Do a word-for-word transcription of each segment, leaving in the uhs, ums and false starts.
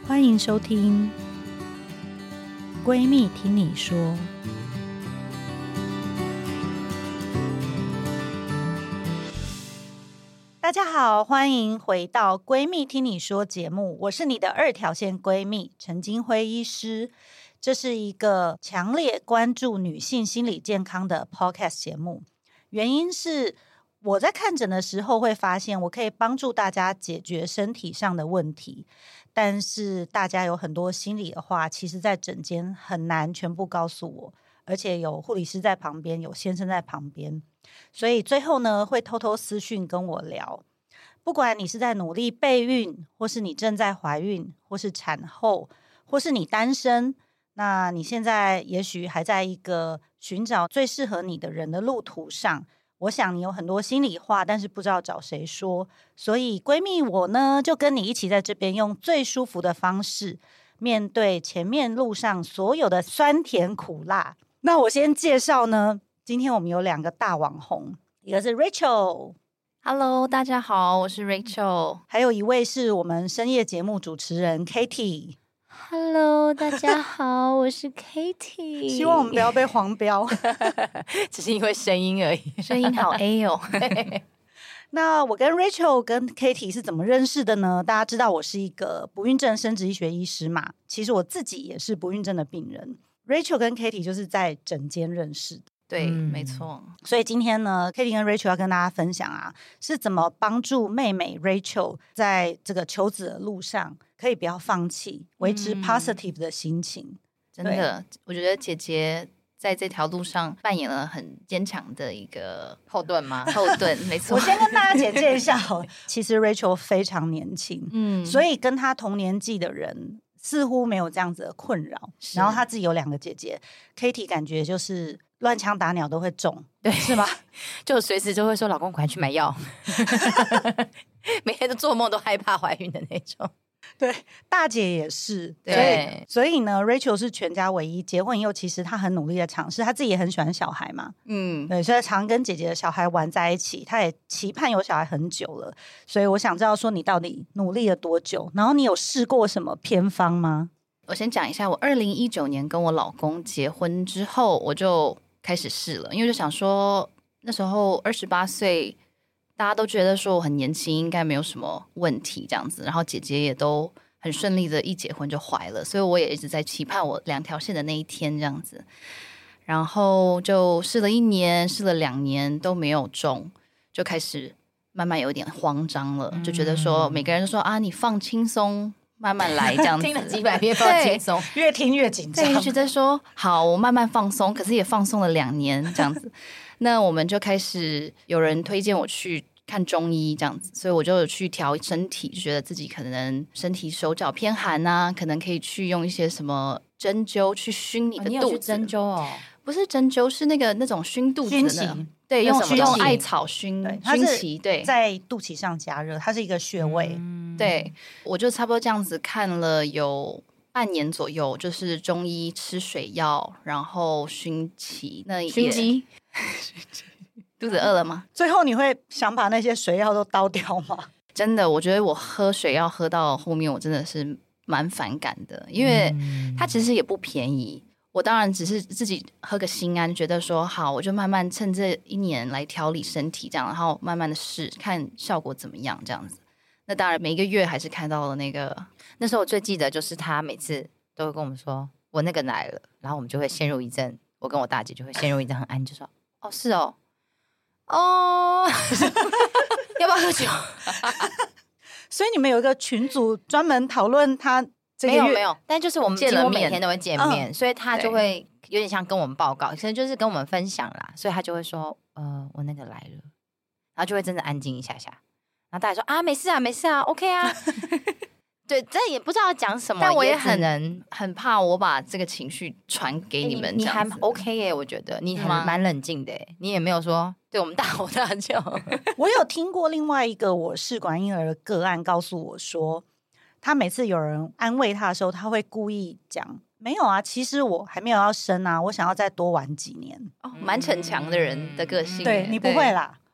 欢迎收听闺蜜听你说。大家好，欢迎回到闺蜜听你说节目，我是你的二条线闺蜜陈金辉医师。这是一个强烈关注女性心理健康的 podcast 节目，原因是我在看诊的时候会发现我可以帮助大家解决身体上的问题，但是大家有很多心理的话，其实在诊间很难全部告诉我，而且有护理师在旁边，有先生在旁边，所以最后呢会偷偷私讯跟我聊。不管你是在努力备孕，或是你正在怀孕，或是产后，或是你单身，那你现在也许还在一个寻找最适合你的人的路途上，我想你有很多心里话，但是不知道找谁说，所以闺蜜我呢就跟你一起在这边用最舒服的方式面对前面路上所有的酸甜苦辣。那我先介绍呢，今天我们有两个大网红，一个是 Rachel，Hello， 大家好，我是 Rachel。 还有一位是我们深夜节目主持人 Katie。Hello， 大家好，我是 Katie。 希望我们不要被黄标， 只是因为声音而已，声音好 A 哦。 那我跟 Rachel 跟 Katie 是怎么认识的呢？大家知道我是一个不孕症生殖医学医师嘛，其实我自己也是不孕症的病人。Rachel 跟 Katie 就是在诊间认识的。 对、嗯，没错。 所以今天呢 Katie 跟 Rachel 要跟大家分享啊，是怎么帮助妹妹 Rachel 在这个求子的路上可以不要放弃，维持 positive 的心情、嗯、 真的我觉得姐姐在这条路上扮演了很坚强的一个后盾吗？后盾，没错。 我先跟大家简介一下好其实 Rachel 非常年轻，嗯，所以跟她同年纪的人似乎没有这样子的困扰，然后她自己有两个姐姐 Katie 感觉就是乱枪打鸟都会中， 对， 是吗？ 就随时就会说老公赶快去买药每天都做梦都害怕怀孕的那种。 对，大姐也是。 对， 所以所以呢 Rachel 是全家唯一结婚以后，其实她很努力的尝试，她自己也很喜欢小孩嘛，嗯，对，所以常跟姐姐的小孩玩在一起，她也期盼有小孩很久了。所以我想知道说你到底努力了多久，然后你有试过什么偏方吗？ 我先讲一下，我二零一九年跟我老公结婚之后，我就开始试了，因为就想说那时候二十八岁，大家都觉得说我很年轻，应该没有什么问题这样子，然后姐姐也都很顺利的一结婚就怀了，所以我也一直在期盼我两条线的那一天这样子。然后就试了一年，试了两年都没有中，就开始慢慢有点慌张了，就觉得说每个人都说啊，你放轻松慢慢来这样子听了几百遍放轻松， 越听越紧张， 对，就觉得说好我慢慢放松，可是也放松了两年这样子那我们就开始有人推荐我去看中医这样子，所以我就有去调身体，就觉得自己可能身体手脚偏寒啊，可能可以去用一些什么针灸去熏你的肚子、哦、你有去针灸哦？ 不是针灸，是那个那种熏肚子的熏脐， 对，用用艾草熏熏脐，对， 在肚脐上加热，它是一个穴位、 嗯、对，我就差不多这样子看了有半年左右，就是中医吃水药，然后熏脐，那熏鸡肚子饿了吗？ 最后你会想把那些水药都倒掉吗？ 真的，我觉得我喝水药喝到后面我真的是蛮反感的，因为它其实也不便宜，我当然只是自己喝个心安，觉得说好我就慢慢趁这一年来调理身体这样，然后慢慢的试看效果怎么样这样子。那当然每一个月还是看到了那个， 那时候我最记得就是他每次都会跟我们说我那个来了，然后我们就会陷入一阵，我跟我大姐就会陷入一阵很安，就说哦是哦哦要不要喝酒所以你们有一个群组专门讨论他这个月？ 没有没有，但就是我们见了面每天都会见面、嗯、所以他就会有点像跟我们报告，其实就是跟我们分享啦，所以他就会说呃我那个来了，然后就会真的安静一下下，然后大家说啊没事啊没事啊 OK 啊对，这也不知道要讲什么， 但我也很能很怕我把这个情绪传给你们、欸、 你, 你还 OK 耶、欸、我觉得你还蛮冷静的耶、欸、你也没有说对我们大吼大叫我有听过另外一个我试管婴儿的个案告诉我说，他每次有人安慰他的时候，他会故意讲没有啊，其实我还没有要生啊，我想要再多玩几年。 哦，蛮逞强的人的个性。 对，你不会啦，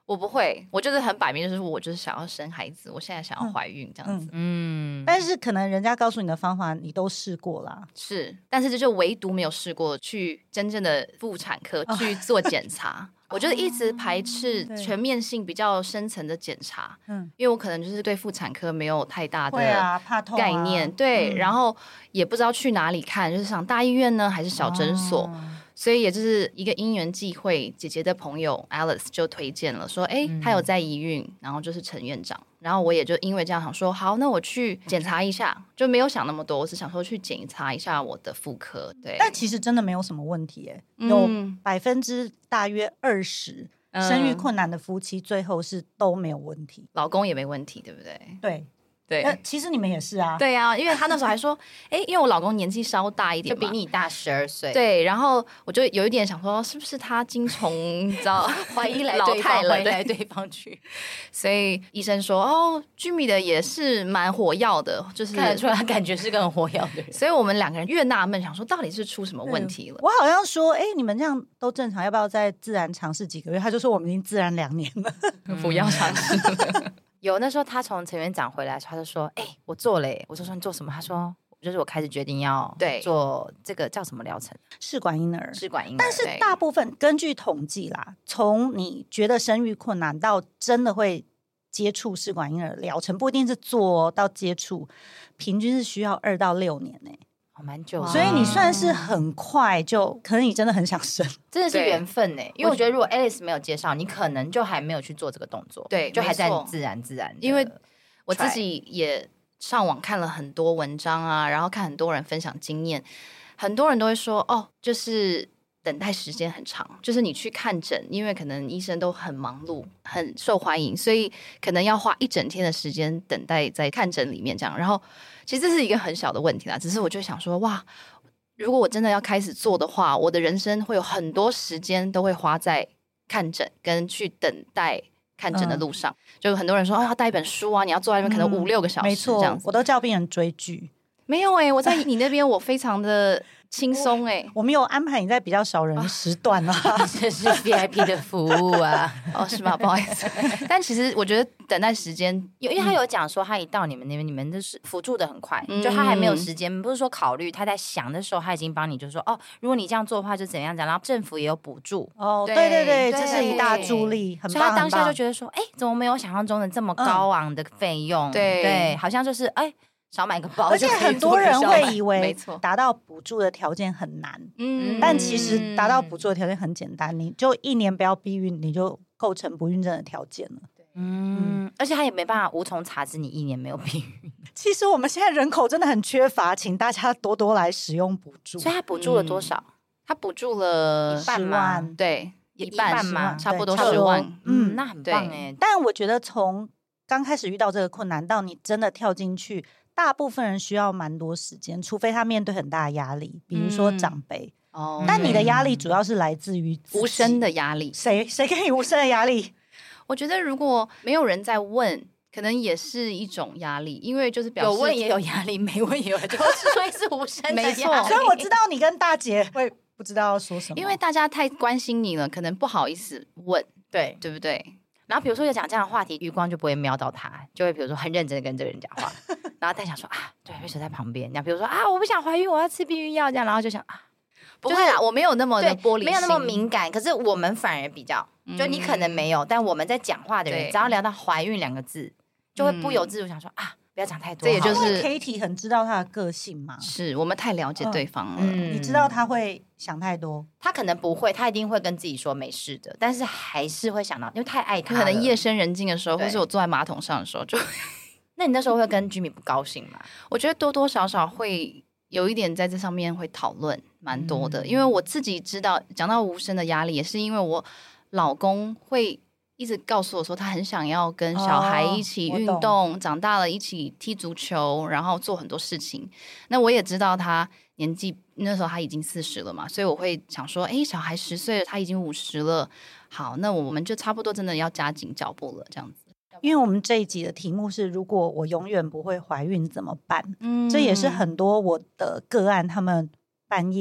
我不会，我就是很摆明，就是我就是想要生孩子，我现在想要怀孕这样子。 嗯， 但是可能人家告诉你的方法你都试过啦。 是，但是这就唯独没有试过去真正的妇产科去做检查。我就是一直排斥全面性比较深层的检查，嗯，因为我可能就是对妇产科没有太大的概念， 啊啊、 对、嗯，然后也不知道去哪里看，就是上大医院呢还是小诊所。哦，所以也就是一个因缘际会，姐姐的朋友 Alice 就推荐了，说，哎，她有在宜孕，然后就是陈院长，然后我也就因为这样想说，好，那我去检查一下，就没有想那么多，我是想说去检查一下我的妇科。对， 但其实真的没有什么问题耶，嗯、有百分之大约二十生育困难的夫妻最后是都没有问题， 老公也没问题，对不对？ 对。 对、 呃，其实你们也是啊。 对啊，因为他那时候还说，哎，因为我老公年纪稍大一点嘛， 就比你大十二岁。 对，然后我就有一点想说，是不是他精虫，你知道， 怀疑来老态了， 怀疑来对方去。 所以医生说，哦，Jimmy 的也是蛮火药的，就是看得出来他感觉是个很火药的人。 所以我们两个人越纳闷，想说到底是出什么问题了。 我好像说，哎，你们这样都正常，要不要再自然尝试几个月？他就说我们已经自然两年了， 不要尝试了。 有那时候他从陈院长回来的时候，他就说：“哎、欸，我做了耶。”我就说：“你做什么？”他说：“就是我开始决定要做这个叫什么疗程， 试管婴儿。 试管婴儿。” 但是大部分根据统计啦，从你觉得生育困难到真的会接触试管婴儿疗程，不一定是做到接触，平均是需要二到六年呢。 蛮久的， 所以你算是很快就，可能你真的很想生， 真的是缘分呢。因为我觉得如果 Alice 没有介绍，你可能就还没有去做这个动作， 对， 就还在自然自然。 因为我自己也上网看了很多文章啊，然后看很多人分享经验，很多人都会说，哦，就是等待时间很长，就是你去看诊，因为可能医生都很忙碌，很受欢迎，所以可能要花一整天的时间等待在看诊里面这样，然后。其实这是一个很小的问题啦，只是我就想说，哇，如果我真的要开始做的话，我的人生会有很多时间都会花在看诊跟去等待看诊的路上。嗯、就很多人说，哦，要带一本书啊，你要坐在那边可能五六个小时， 没错，这样子。我都叫病人追剧， 没有哎、欸，我在你那边我非常的轻松哎， 我们有安排你在比较少人时段啊， 这是 V I P 的服务啊， 哦是吗？不好意思，但其实我觉得等待时间， 因为他有讲说，他一到你们那边，你们就是辅助的很快，嗯、就他还没有时间，不是说考虑，他在想的时候，他已经帮你就说，哦，如果你这样做的话，就怎样讲，然后政府也有补助， 哦，对对对，这是一大助力，很棒。 所以他当下就觉得说，哎，怎么没有想象中的这么高昂的费用？ 嗯、对对，好像就是哎。少买个包， 而且很多人会以为达到补助的条件很难， 嗯， 但其实达到补助的条件很简单，你就一年不要避孕，你就构成不孕症的条件了。 嗯，嗯而且他也没办法无从查知你一年没有避孕。 其实我们现在人口真的很缺乏，请大家多多来使用补助。 所以他补助了多少？ 嗯、他补助了一半吗？ 对， 一半吗？ 差不多十万。 嗯，那很棒哎。 但我觉得从刚开始遇到这个困难到你真的跳进去。大部分人需要蛮多时间，除非他面对很大的压力，比如说长辈。嗯、哦，但你的压力主要是来自于无声的压力。 谁谁给你无声的压力？ 我觉得如果没有人在问，可能也是一种压力，因为就是表示有问也有压力，没问也有，就是所以是无声的压力。没错， 所以我知道你跟大姐会不知道要说什么， 因为大家太关心你了，可能不好意思问， 对对不对？ 然后比如说有讲这样的话题，余光就不会瞄到他，就会比如说很认真的跟这个人讲话，然后他想说啊，对，瑞雪在旁边，然后比如说啊，我不想怀孕，我要吃避孕药，这样，然后就想啊， 不会啦，就是、我没有那么的玻璃心， 没有那么敏感，可是我们反而比较，就你可能没有，嗯、但我们在讲话的人，只要聊到怀孕两个字，就会不由自主想说、嗯、啊。不要讲太多， 这也就是 Katie 很知道他的个性嘛。 是我们太了解对方了， 嗯、你知道他会想太多， 他可能不会，他一定会跟自己说没事的，但是还是会想到，因为太爱他了。 可能夜深人静的时候，或是我坐在马桶上的时候，就那你那时候会跟 Jimmy 不高兴吗？ 我觉得多多少少会有一点在这上面会讨论蛮多的，嗯、因为我自己知道，讲到无声的压力，也是因为我老公会。一直告诉我说，他很想要跟小孩一起运动，哦、长大了一起踢足球，然后做很多事情。那我也知道他年纪那时候他已经四十了嘛，所以我会想说，哎，小孩十岁了，他已经五十了，好，那我们就差不多真的要加紧脚步了，这样子。 因为我们这一集的题目是，如果我永远不会怀孕怎么办？嗯，这也是很多我的个案他们半夜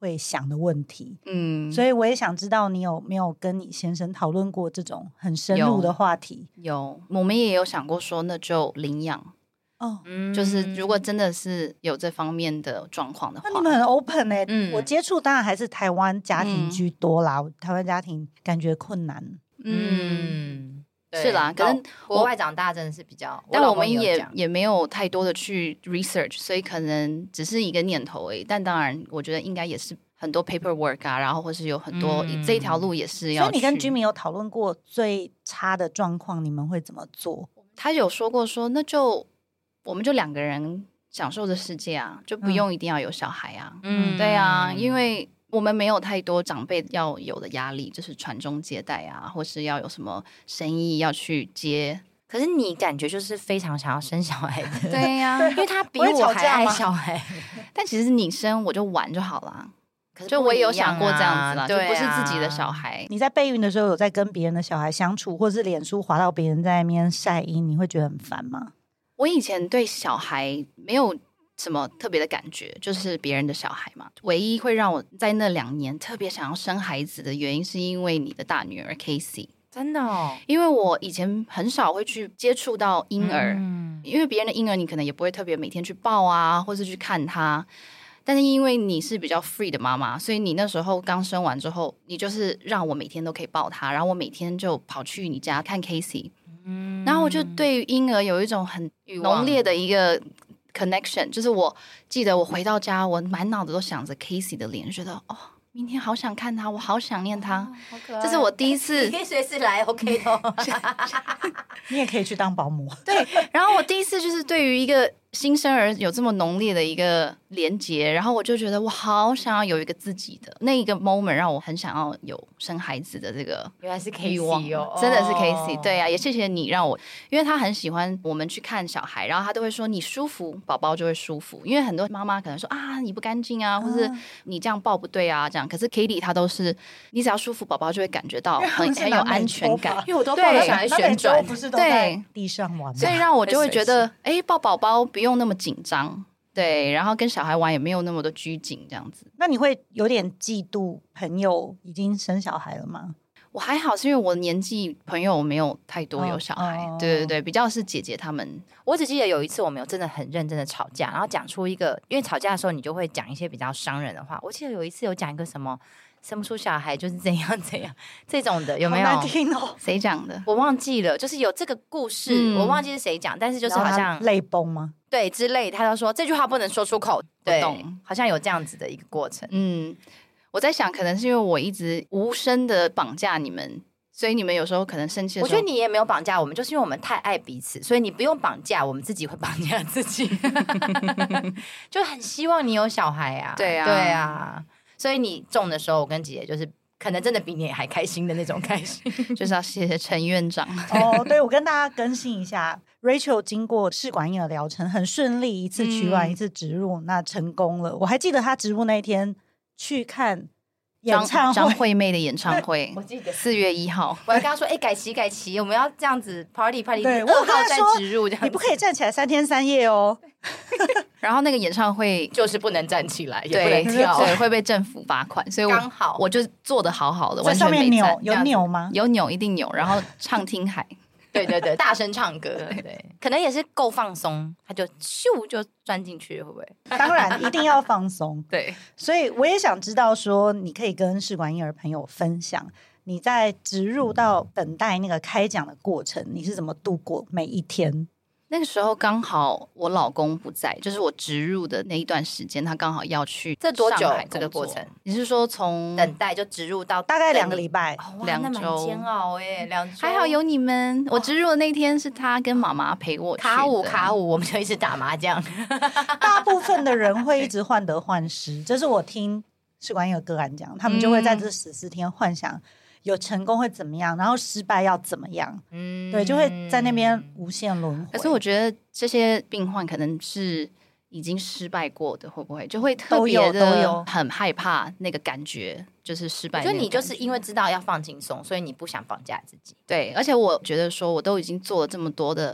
会想的问题。 嗯， 所以我也想知道你有没有跟你先生讨论过这种很深入的话题。 有，我们也有想过说那就领养哦， 就是如果真的是有这方面的状况的话， 那你们很 open 欸。 嗯我接触当然还是台湾家庭居多啦，嗯、台湾家庭感觉困难。 嗯， 是啦，可能国外长大真的是比较， 但我们也也没有太多的去 research， 所以可能只是一个念头而已。但当然，我觉得应该也是很多 paperwork 啊，然后或是有很多、嗯、这一条路也是要去。 所以你跟居民有讨论过最差的状况，你们会怎么做？ 他有说过说，那就我们就两个人享受这世界啊，就不用一定要有小孩啊。嗯，对啊，因为我们没有太多长辈要有的压力，就是传宗接代啊，或是要有什么生意要去接。 可是你感觉就是非常想要生小孩的。 对呀、啊， 因为他比我还爱小孩。 但其实你生我就玩就好了。可是就我也有想过这样子啦， 啊、 就不是自己的小孩。 你在备孕的时候有在跟别人的小孩相处，或是脸书滑到别人在那边晒婴，你会觉得很烦吗？ 我以前对小孩没有什么特别的感觉，就是别人的小孩嘛。唯一会让我在那两年特别想要生孩子的原因，是因为你的大女儿 Casey。 真的哦， 因为我以前很少会去接触到婴儿、 嗯， 因为别人的婴儿你可能也不会特别每天去抱啊，或是去看他。但是因为你是比较 free 的妈妈，所以你那时候刚生完之后，你就是让我每天都可以抱他，然后我每天就跑去你家看 Casey。嗯，然后我就对于婴儿有一种很浓烈的一个 connection， 就是我记得我回到家，我满脑子都想着 Casey 的脸，就觉得哦，明天好想看他，我好想念他。哦、 好可爱， 这是我第一次， 你可以随时来 ，OK 的。 你也可以去当保姆。 对，然后我第一次就是对于一个新生儿有这么浓烈的一个连结，然后我就觉得我好想要有一个自己的那一个 moment， 让我很想要有生孩子的这个原来是欲望 Casey 哦， 真的是 Casey。对啊，也谢谢你让我，因为他很喜欢我们去看小孩，然后他都会说你舒服，宝宝就会舒服。因为很多妈妈可能说啊你不干净啊，或是你这样抱不对啊这样，可是 Katie 她都是你只要舒服，宝宝就会感觉到很很有安全感。 因为我都抱着小孩旋转， 不是都在地上玩吗？ 所以让我就会觉得，哎，抱宝宝不用那么紧张，对，然后跟小孩玩也没有那么的拘谨，这样子。 那你会有点嫉妒朋友已经生小孩了吗？ 我还好，是因为我年纪朋友没有太多有小孩，哦、对对对，比较是姐姐他们。 我只记得有一次我们有真的很认真的吵架，然后讲出一个，因为吵架的时候你就会讲一些比较伤人的话。我记得有一次有讲一个什么。生不出小孩就是怎样怎样这种的有没有？ 好难听哦， 谁讲的？ 我忘记了，就是有这个故事，嗯、我忘记是谁讲，但是就是好像泪崩吗？ 对之类，他就说这句话不能说出口，对，好像有这样子的一个过程。 嗯，我在想，可能是因为我一直无声的绑架你们，所以你们有时候可能生气的时候， 我觉得你也没有绑架我们，就是因为我们太爱彼此，所以你不用绑架，我们自己会绑架自己，就很希望你有小孩啊， 对啊， 对啊。所以你中的时候，我跟姐姐就是可能真的比你还开心的那种开心， 就是要谢谢陈院长。 哦，对，我跟大家更新一下 ，Rachel 经过试管婴儿疗程很顺利，一次取卵、嗯、一次植入，那成功了。我还记得她植入那一天去看演唱会， 张惠妹的演唱会， 我记得四月一号， 我还跟她说：“哎、欸，改期改期，我们要这样子 party party。” 对，我跟她说植入， 你不可以站起来三天三夜哦。 然后那个演唱会就是不能站起来，也不能跳， 对，会被政府罚款，所以我刚好我就做的好好的， 完全没扭，有扭吗？ 有扭，一定扭。然后唱听海， 对对对，大声唱歌，对，可能也是够放松，他就咻就钻进去，会不会？ 当然一定要放松， 对。 所以我也想知道说，你可以跟试管婴儿朋友分享，你在植入到等待那个开奖的过程，你是怎么度过每一天？ 那个时候刚好我老公不在，就是我植入的那一段时间，他刚好要去这多久这个过程？ 你是说从等待就植入到大概两个礼拜， 哦、 两周， 煎熬哎，两周还好有你们。我植入的那一天是他跟妈妈陪我去的卡五卡五，我们就一直打麻将。 大部分的人会一直患得患失，这是我听试管婴儿个案讲，他们就会在这十四天幻想。有成功会怎么样，然后失败要怎么样，嗯，对，就会在那边无限轮回。 可是我觉得这些病患可能是已经失败过的，会不会就会特别的很害怕那个感觉，就是失败。 我觉得你就是因为知道要放轻松，所以你不想绑架自己。 对，而且我觉得说我都已经做了这么多的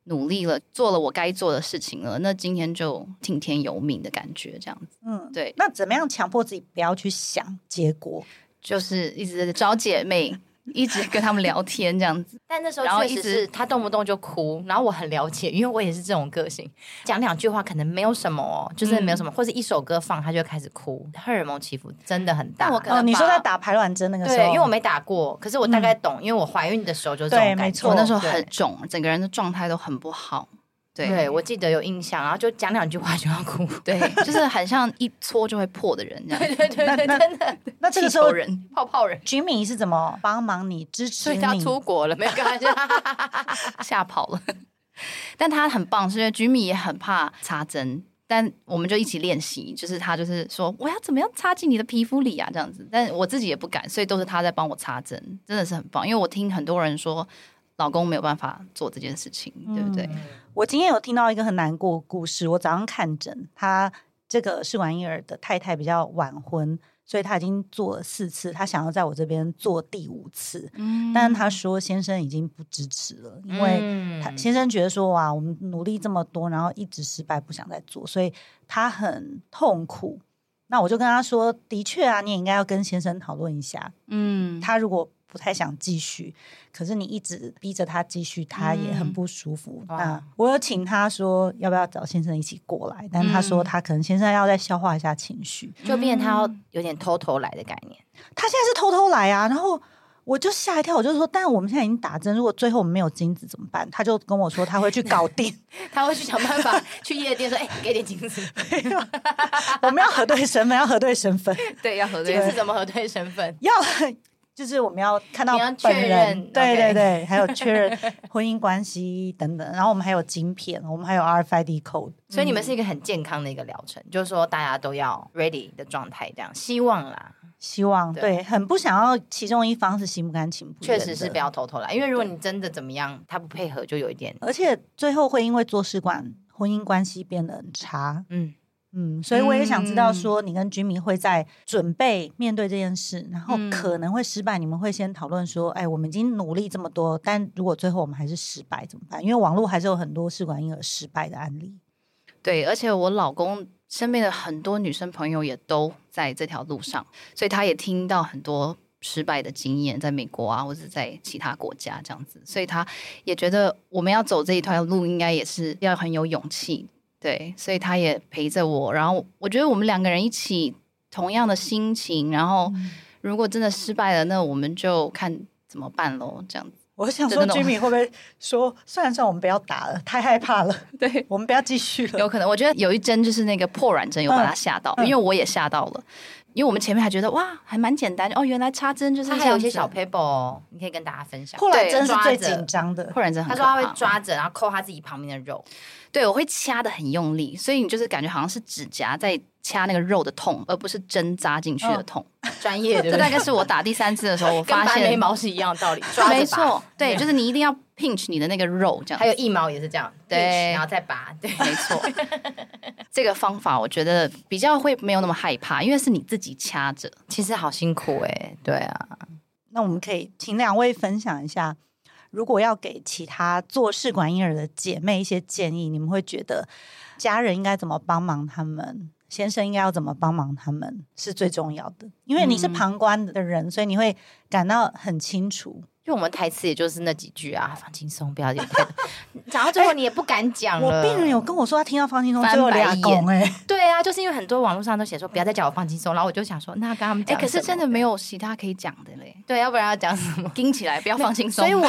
努力了，做了我该做的事情了，那今天就听天由命的感觉，这样子。嗯，对。 那怎么样强迫自己不要去想结果？ 就是一直找姐妹。一直跟他们聊天这样子， 但那时候确实是他动不动就哭，然后我很了解，因为我也是这种个性，讲两句话可能没有什么哦，就是没有什么，嗯、或者一首歌放他就开始哭，荷尔蒙起伏真的很大。 但我可能、哦、你说在打排卵针那个时候， 对，因为我没打过，可是我大概懂，嗯、因为我怀孕的时候就是这种感觉， 我那时候很肿，整个人的状态都很不好。对, 对，我记得有印象，然后就讲两句话就要哭， 对，就是很像一搓就会破的人这样。 对对对对，真的。 那这个时候人泡泡人 ，Jimmy 是怎么帮忙你支持你？ 所以他出国了，没有开玩笑， 吓跑了。但他很棒，是因为 Jimmy 也很怕插针，但我们就一起练习，就是他就是说我要怎么样插进你的皮肤里啊这样子，但我自己也不敢，所以都是他在帮我插针，真的是很棒。因为我听很多人说。老公没有办法做这件事情，嗯、对不对？ 我今天有听到一个很难过的故事。我早上看诊，他这个试管婴儿的太太比较晚婚，所以他已经做了四次，他想要在我这边做第五次，嗯、但是他说先生已经不支持了，因为他先生觉得说哇，我们努力这么多，然后一直失败，不想再做，所以他很痛苦。那我就跟他说，的确啊，你也应该要跟先生讨论一下，嗯，他如果不太想继续，可是你一直逼着他继续，他也很不舒服。嗯、那我有请他说要不要找先生一起过来，但他说他可能先生要再消化一下情绪， 就变成他要有点偷偷来的概念。 他现在是偷偷来啊，然后我就吓一跳，我就说，但我们现在已经打针，如果最后我们没有精子怎么办？他就跟我说他会去搞定， 他会去想办法去夜店说，哎、欸，给点精子。 我们要核对身份，要核对身份， 对，要核对。精子怎么核对身份？ 要。就是我们要看到本人，对对对， okay. 还有确认婚姻关系等等，然后我们还有晶片，我们还有 R F I D code， 所以你们是一个很健康的一个疗程，嗯、就是说大家都要 ready 的状态，这样希望啦， 希望 对, 对，很不想要其中一方是心不甘情不愿的， 确实是不要偷偷来，因为如果你真的怎么样，他不配合就有一点， 而且最后会因为做试管，婚姻关系变得很差，嗯。嗯，所以我也想知道说你跟Jimmy会在准备面对这件事，然后可能会失败，你们会先讨论说，哎，我们已经努力这么多，但如果最后我们还是失败怎么办？因为网络还是有很多试管婴儿失败的案例。 对，而且我老公身边的很多女生朋友也都在这条路上，所以他也听到很多失败的经验，在美国啊，或者在其他国家这样子，所以他也觉得我们要走这一条路，应该也是要很有勇气。对，所以他也陪着我，然后我觉得我们两个人一起同样的心情，然后如果真的失败了，那我们就看怎么办咯，这样子。 我想说 Jimmy 会不会说算了算了，我们不要打了，太害怕了，对，我们不要继续了。 有可能，我觉得有一针就是那个破卵针有把他吓到，嗯、因为我也吓到了。因为我们前面还觉得哇还蛮简单哦，原来插针就是这样子， 他还有一些小 paper 哦，你可以跟大家分享。 破卵针是最紧张的， 破卵针很可怕。他说他会抓着，然后扣他自己旁边的肉。 对，我会掐得很用力，所以你就是感觉好像是指甲在掐那个肉的痛，而不是针扎进去的痛。 专、哦、业的， 这大概是我打第三次的时候，我发现跟拔眉毛是一样的道理，抓着拔。 没错，对，就是你一定要 pinch 你的那个肉，这样。 还有腋毛也是这样，对，然后再拔，对， 没错。这个方法我觉得比较会没有那么害怕，因为是你自己掐着， 其实好辛苦哎、欸，对啊。 那我们可以请两位分享一下，如果要给其他做试管婴儿的姐妹一些建议，你们会觉得家人应该怎么帮忙他们，先生应该要怎么帮忙他们是最重要的？因为你是旁观的人、嗯、所以你会感到很清楚。 因为我们台词也就是那几句啊，放轻松，不要有太多。讲到最后你也不敢讲了、 欸。我病人有跟我说，他听到放轻松最后俩拱哎。 对啊，就是因为很多网络上都写说不要再叫我放轻松，然后我就想说，那跟他们讲、欸， 可是真的没有其他可以讲的嘞。 对，要不然要讲什么？ 盯起来，不要放轻松。 所以我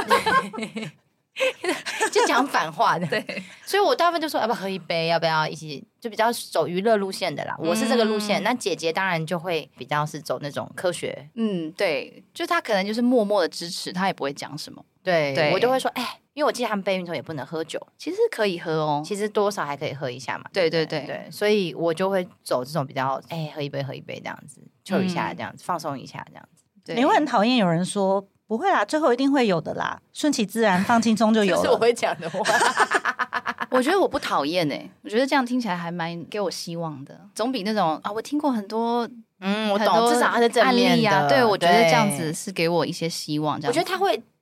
就讲反话的。对，所以我大部分就说要不要喝一杯，要不要一起，就比较走娱乐路线的啦。我是这个路线，那、嗯、姐姐当然就会比较是走那种科学。 嗯，对，就她可能就是默默的支持，她也不会讲什么。 对，对我就会说，哎、欸，因为我记得他们备孕的时候也不能喝酒， 其实可以喝哦， 其实多少还可以喝一下嘛。 对对对对, 对，所以我就会走这种比较，哎、欸，喝一杯喝一杯这样子，抽一下这样子，嗯、放松一下这样子。对， 你会很讨厌有人说。不会啦，最后一定会有的啦，顺其自然，放轻松就有了。 这是我会讲的话。 我觉得我不讨厌欸，我觉得这样听起来还蛮给我希望的，总比那种啊，我听过很多， 嗯，我懂，至少他是正面的案例啊，对，我觉得这样子是给我一些希望。这样我觉得他会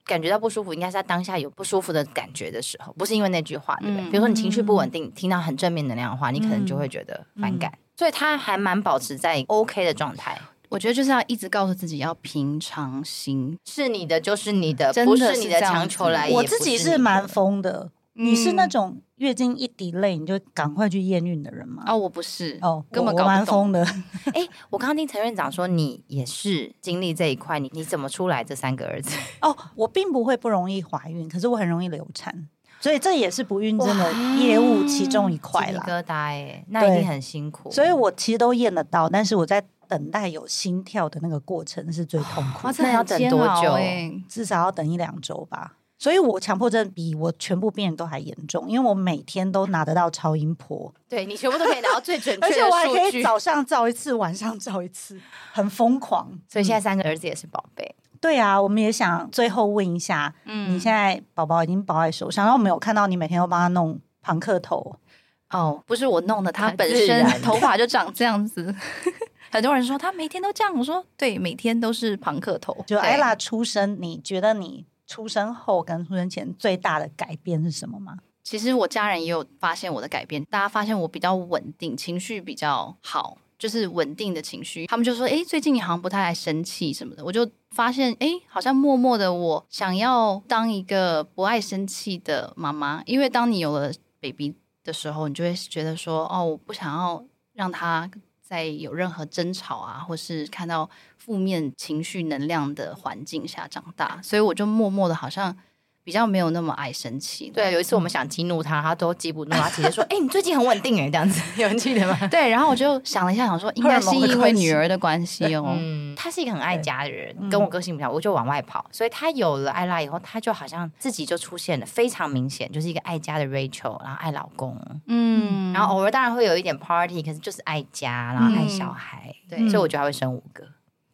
感觉到不舒服，应该是他当下有不舒服的感觉的时候，不是因为那句话，对不对？ 嗯比如说你情绪不稳定，听到很正面能量的话，你可能就会觉得反感。 嗯所以他还蛮保持在 OK 的状态。 我觉得就是要一直告诉自己要平常心， 是你的就是你的， 真的不是你的是这样强求来。 我自己是蛮疯的。你是那嗯种月经一滴泪你就赶快去验孕的人吗？ 哦，我不是哦， 根本我蛮搞不懂。 疯的。 哎，我刚刚听陈院长说你也是经历这一块，你你怎么出来这三个儿子？ 哦，我并不会不容易怀孕，可是我很容易流产，所以这也是不孕症的业务其中一块啦。 鸡皮疙瘩哎，那一定很辛苦。 所以我其实都验得到，但是我在等待有心跳的那个过程是最痛苦哇， 的， 这要等多久？哎， 至少要等一两周吧。所以我强迫症比我全部病人都还严重，因为我每天都拿得到超音波， 对你全部都可以拿到最准确的数据， 而且我还可以早上照一次，晚上照一次，很疯狂。 所以现在三个儿子也是宝贝。 对啊，我们也想最后问一下，嗯，你现在宝宝已经抱在手上，然后我们有看到你每天都帮他弄庞克头哦，不是我弄的，他他本身自然头发就长这样子。很多人说他每天都这样，我说对，每天都是庞克头。 就艾拉出生，你觉得你出生后跟出生前最大的改变是什么吗？ 其实我家人也有发现我的改变，大家发现我比较稳定，情绪比较好，就是稳定的情绪。他们就说：“哎，最近你好像不太爱生气什么的。”我就发现，哎，好像默默的我想要当一个不爱生气的妈妈，因为当你有了 baby 的时候，你就会觉得说：“哦，我不想要让他在有任何争吵啊，或是看到负面情绪能量的环境下长大，所以我就默默的好像比较没有那么爱生气。 对，有一次我们想激怒他，他都激不怒，他直接说：“哎、欸，你最近很稳定哎，这样子。”有人记得吗？ 对，然后我就想了一下，想说应该是因为女儿的关系哦。 嗯，他是一个很爱家的人，跟我个性不一样，我就往外跑，所以他有了艾拉以后，他就好像自己就出现了，非常明显，就是一个爱家的 Rachel， 然后爱老公，嗯，然后偶尔当然会有一点 party， 可是就是爱家，然后爱小孩，嗯、对，所以我觉得他会生五个。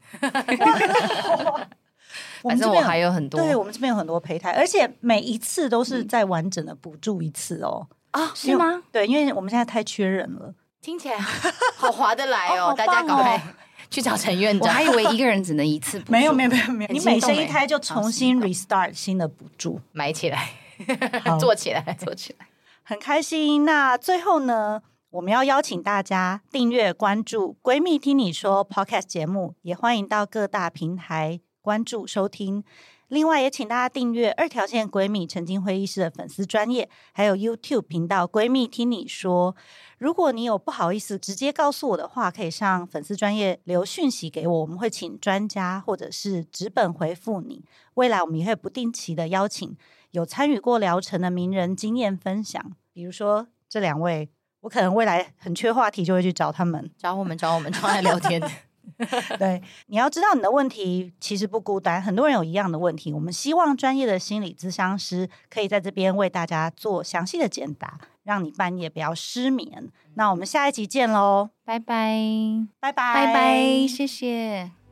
反正我还有很多， 对，我们这边有很多胚胎，而且每一次都是再完整的补助一次哦。 啊、嗯，是吗？ 对，因为我们现在太缺人了， 听起来好划得来哦， 哦大家赶快去找陈院长。 我还以为一个人只能一次补助， 没有没有没有没有，你每生一胎就重新 restart 新的补助， 买起来，做起来，做起来， 很开心。那最后呢？我们要邀请大家订阅关注闺蜜听你说 Podcast 节目，也欢迎到各大平台关注收听。另外也请大家订阅二条线闺蜜陈菁徽医师的粉丝专页，还有 YouTube 频道闺蜜听你说。如果你有不好意思直接告诉我的话，可以上粉丝专页留讯息给我，我们会请专家或者是纸本回复你。未来我们也会不定期的邀请有参与过疗程的名人经验分享，比如说这两位，我可能未来很缺话题就会去找他们， 找我们找我们出来聊天。 对，你要知道你的问题其实不孤单，很多人有一样的问题，我们希望专业的心理咨商师可以在这边为大家做详细的解答，让你半夜不要失眠。那我们下一集见咯， 拜拜拜拜拜拜，谢谢。